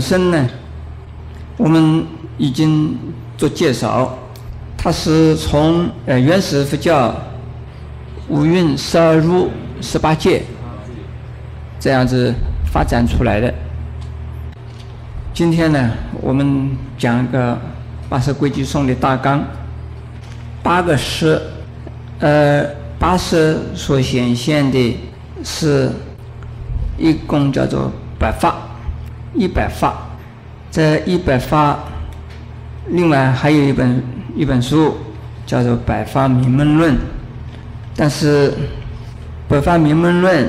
身呢，我们已经做介绍，它是从原始佛教五蕴12入18界这样子发展出来的。今天呢，我们讲一个八识规矩颂的大纲，8个识，八识所显现的是一共叫做100法，100法。这100法，另外还有一本书叫做《百法明门论》，但是《百法明门论》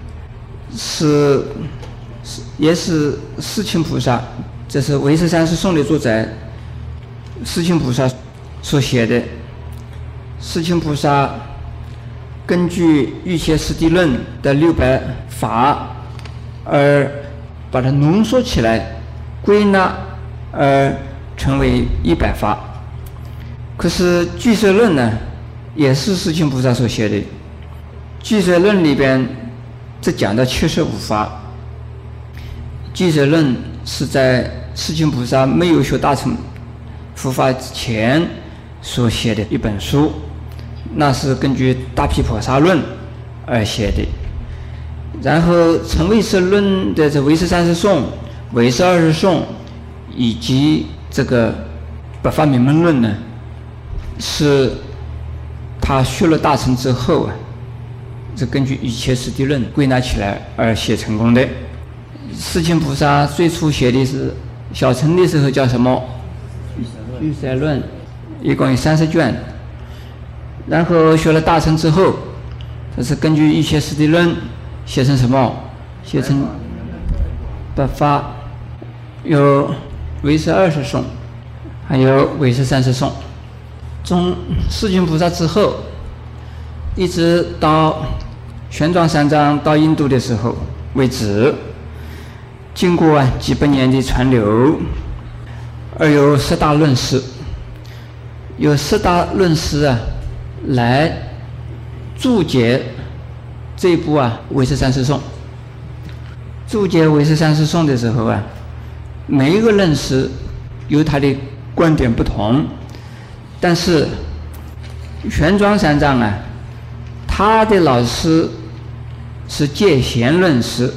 也是世亲菩萨，这是唯识三十颂的作者世亲菩萨所写的。世亲菩萨根据《瑜伽师地论》的600法而把它浓缩起来，归纳而成为100法。可是俱舍论呢，也是世亲菩萨所写的。俱舍论里边只讲到75法。俱舍论是在世亲菩萨没有学大乘佛法之前所写的一本书，那是根据大毗婆沙论而写的。然后成唯识论的这唯识三十颂、唯识20颂以及这个百法明门论呢，是他学了大乘之后啊，是根据瑜伽师地论归纳起来而写成功的。世亲菩萨最初写的是小乘的时候叫什么？俱舍论，一共有30卷。然后学了大乘之后，这是根据瑜伽师地论写成什么？写成百法，有唯识20颂，还有唯识30颂。从世亲菩萨之后，一直到玄奘三藏到印度的时候为止，经过几百年的传流，而有10大论师，有10大论师来注解这一部唯识三十颂。注解唯识三十颂的时候每一个论师有他的观点不同，但是玄奘三藏他的老师是戒贤论师。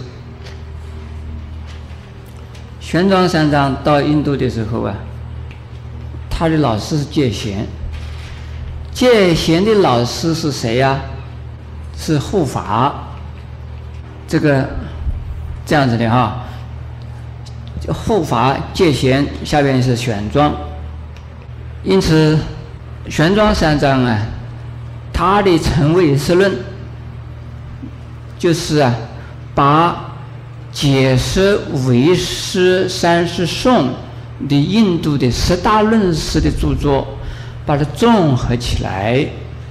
玄奘三藏到印度的时候他的老师是戒贤。戒贤的老师是谁呀？是护法。这样子的护法戒贤，下边是玄奘。因此玄奘三藏他的成唯识论就是把解释唯识30颂的印度的10大论师的著作，把它综合起来，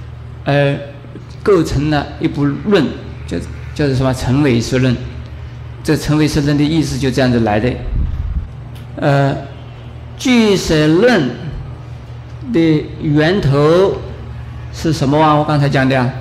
构成了一部论，叫做什么？成唯识论。这成唯识论的意思就这样子来的。俱舍论的源头是什么我刚才讲的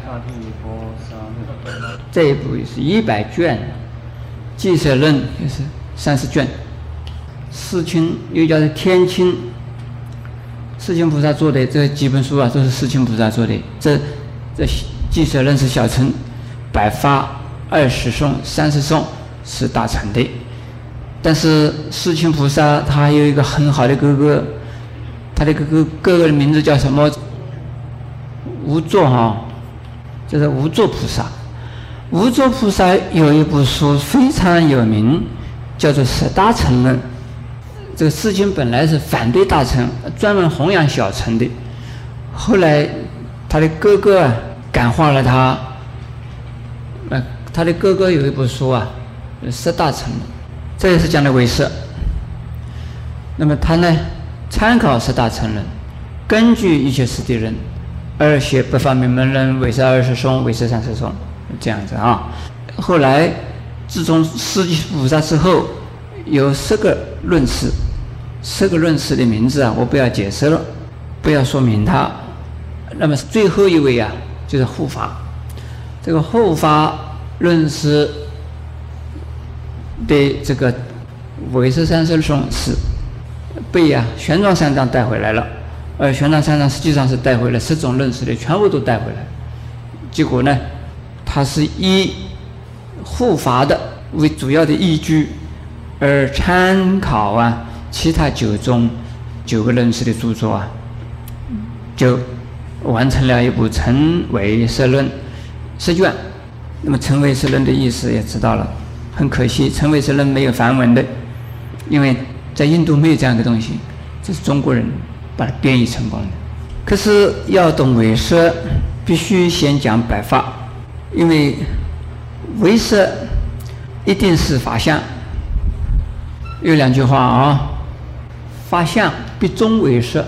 这一部是100卷，俱舍论也是30卷。世亲又叫做天亲，世亲菩萨做的这几本书都是世亲菩萨做的。这俱舍论是小乘，百法20颂、30颂是大乘的。但是世亲菩萨他还有一个很好的哥哥，他的哥哥的名字叫什么？无作这是无作菩萨。无作菩萨有一部书非常有名，叫做《10大乘论》。这个世亲本来是反对大乘，专门弘扬小乘的。后来他的哥哥感化了他，他的哥哥有一部书10大乘论，这也是讲的唯识。那么他呢，参考10大乘论，根据瑜伽师地论而写百法明门论、唯识20颂、唯识30颂，这样子后来自从世亲菩萨之后，有10个论师，10个论师的名字我不要解释了，不要说明他。那么最后一位就是护法。这个护法论师的这个唯识三十颂是被玄奘三藏带回来了，而玄奘三藏实际上是带回了10种认识的全部都带回来，结果呢，他是以护法的为主要的依据，而参考其他9个认识的著作就完成了一部成唯识论释卷。那么成唯识论的意思也知道了，很可惜成唯识论没有梵文的，因为在印度没有这样的东西，这是中国人把它编译成功的。可是要懂唯识，必须先讲百法，因为唯识一定是法相。有2句话法相必终唯识，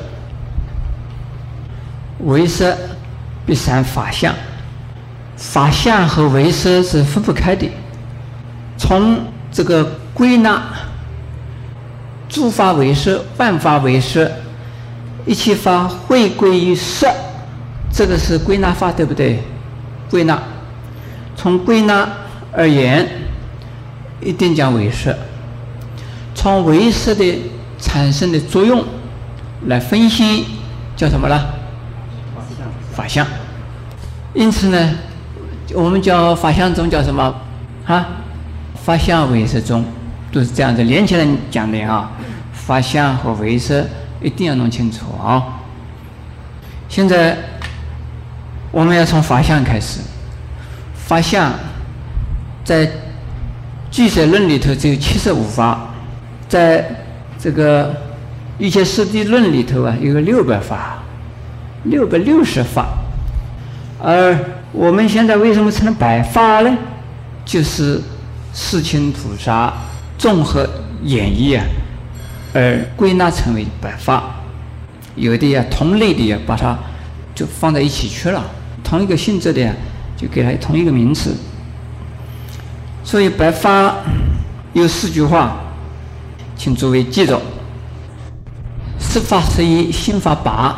唯识必闪法相。法相和唯识是分不开的。从这个归纳诸法唯识、万法唯识，一切法汇归于识，这个是归纳法，对不对？归纳，从归纳而言，一定讲唯识。从唯识的产生的作用来分析，叫什么了？法相。因此呢，我们叫法相宗叫什么法相唯识宗，都是这样子连起来讲的法相和唯识一定要弄清楚现在我们要从法相开始。法相在俱舍论里头只有75法，在这个一切实地论里头有个600法，660法。而我们现在为什么成了百法呢？就是世亲菩萨综合演绎而归纳成为百法。有的同类的把它就放在一起去了，同一个性质的就给它同一个名词。所以百法有4句话，请诸位记住：十法11，心法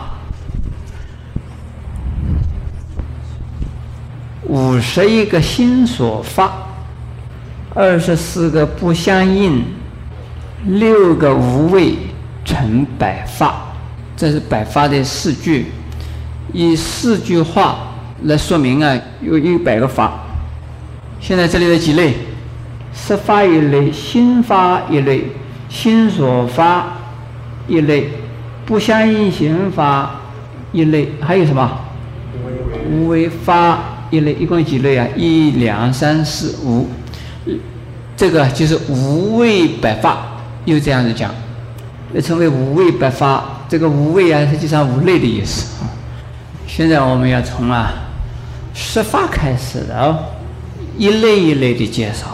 8。51个心所法，24个不相应，6个无为成百法。这是百法的4句，以4句话来说明有100个法。现在这里的几类：十法一类，心法一类，心所法一类，不相应行法一类，还有什么？无为法一类。一共有几类1、2、3、4、5，这个就是无为百法，又这样子讲，称为无为百法。这个无为实际上无类的意思现在我们要从十法开始的一类一类的介绍。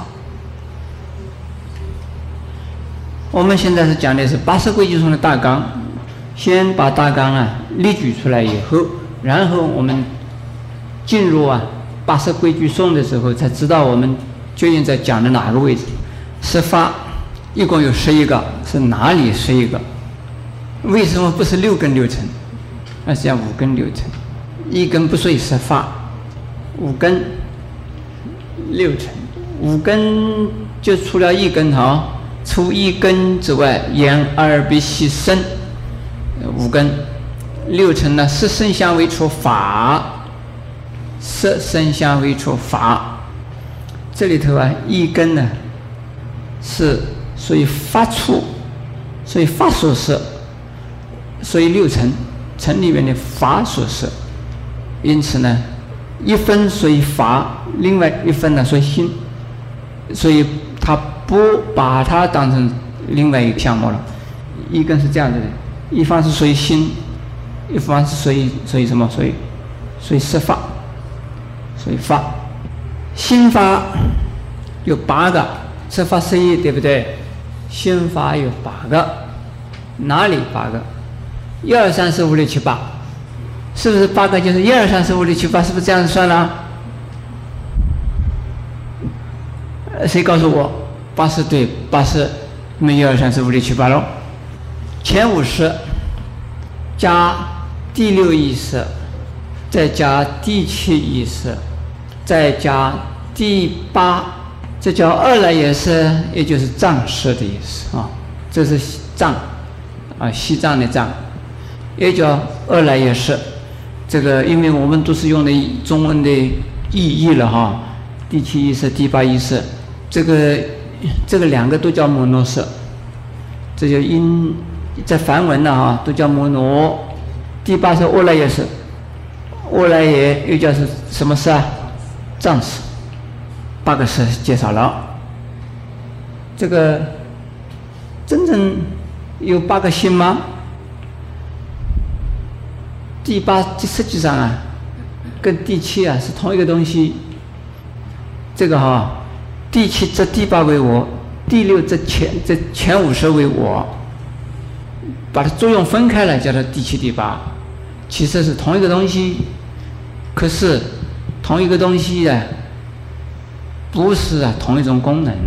我们现在是讲的是80规矩颂的大纲，先把大纲列举出来以后，然后我们进入80规矩颂的时候，才知道我们究竟在讲的哪个位置。十法一共有11个，是哪里11个？为什么不是6根6尘，而是要5根6尘？一根不属于十法，5根6尘，5根就除了1根除1根之外，眼耳鼻息身5根。6尘呢，色声香味触法，色声香味触法。这里头1根呢是属于法处，所以法所摄，所以6尘，尘里面的法所摄。因此呢，1分属于法，另外1分呢属于心，所以他不把它当成另外一个项目了。1根是这样子的，一方是属于心，一方是属于什么？属于色法，属于法。心法有8个，色法11，对不对？心法有8个，哪里8个？1、2、3、4、5、6、7、8，是不是8个？就是1、2、3、4、5、6、7、8，是不是这样子算呢？谁告诉我？8是对，8是没1、2、3、4、5、6、7、8喽。前50加第6意识，再加第7意识，再加第8， 这叫二来也色，也就是藏色的意思啊。这是藏啊，西藏的藏，也叫二来也色。这个因为我们都是用的中文的意义了哈，第七意识、第八意识，这个两个都叫摩罗色，这就因在梵文呢哈都叫摩罗。第八是阿赖耶识，阿赖耶又叫是什么识啊？藏识。8个识介绍了。这个真正有8个心吗？第8实际上啊，跟第7啊是同一个东西。这个哈，第7则第8为我，第6则前5识为我，把它作用分开来，叫做第7、第8，其实是同一个东西。可是同一个东西呢，不是啊同一种功能。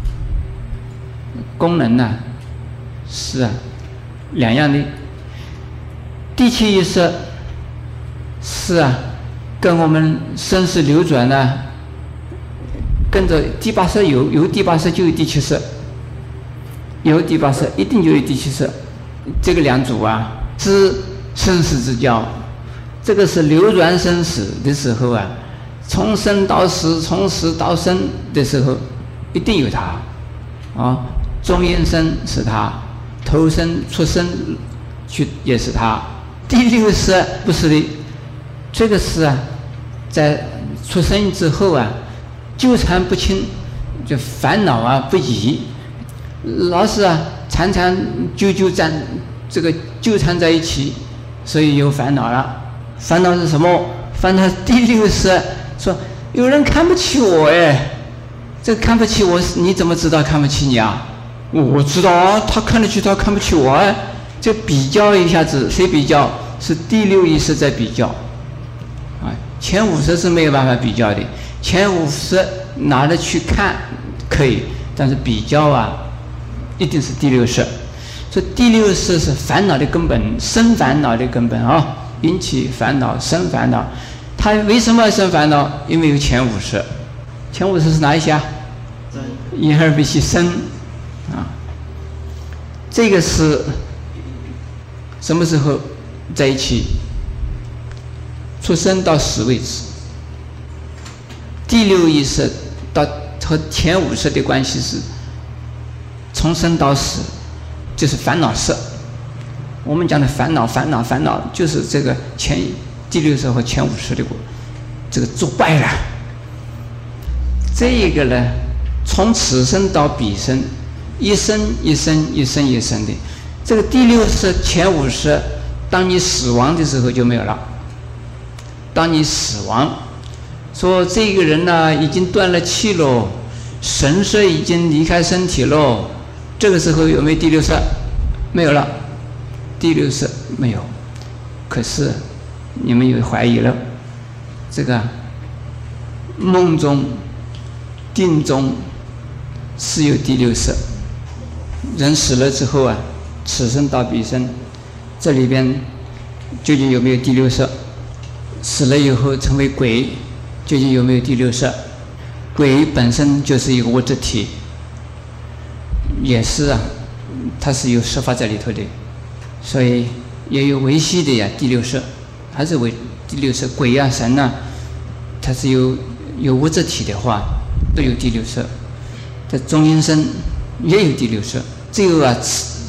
功能呢是啊两样的。第7意识是啊跟我们生死流转呢，跟着第8识有第8识就有第7识，有第8识一定就有第7识。这个两组啊是生死之交，这个是流转生死的时候啊，从生到死，从死到生的时候，一定有它啊。中阴身是它，投生出生去也是它。第6识不是的，这个是啊，在出生之后啊，纠缠不清，就烦恼啊不已，老是啊常常这个纠缠在一起，所以有烦恼了。烦恼是什么？烦恼第6识说有人看不起我哎，这个看不起我，你怎么知道看不起你啊？我知道啊，他看得起他，看不起我哎。这比较一下子，谁比较？是第6意识在比较啊。前5识是没有办法比较的，前5识拿着去看可以，但是比较啊，一定是第6识。所以第6识是烦恼的根本，生烦恼的根本啊，引起烦恼，生烦恼。他为什么要生烦恼？因为有前5识。前5识是哪一些啊？一二必须生啊。这个是什么时候在一起？出生到死为止。第6意识到和前5识的关系是从生到死，就是烦恼识。我们讲的烦恼，就是这个第6识和前5识的这个作败了。这一个呢，从此生到彼生，一生的。这个第6识前5识，当你死亡的时候就没有了。当你死亡，说这个人呢已经断了气了，神识已经离开身体了，这个时候有没有第6识？没有了，第6识没有。可是你们有怀疑了，这个梦中、定中是有第6识。人死了之后啊，此生到彼生，这里边究竟有没有第6识？死了以后成为鬼，究竟有没有第6识？鬼本身就是一个物质体，也是啊，它是有识法在里头的，所以也有维系的呀。第6识还是为第6识，鬼啊神啊，它是有物质体的话，都有第6识。在中阴身也有第6识，只有啊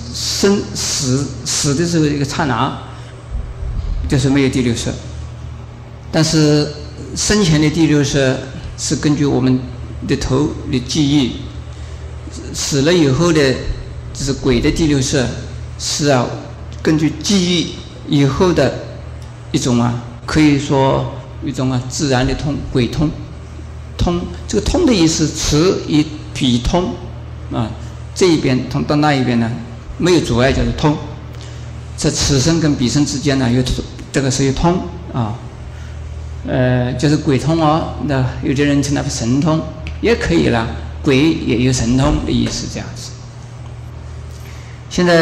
死的时候一个刹那，就是没有第6识。但是生前的第6识是根据我们的头的记忆，死了以后的就是鬼的第6识是啊根据记忆以后的一种啊，可以说一种啊自然的通，鬼通。这个通的意思，此以彼通啊，这一边通到那一边呢没有阻碍，叫做通。在此生跟彼生之间呢，这个是有通啊。就是鬼通哦，那有的人称它神通也可以了，鬼也有神通的意思，这样子。现在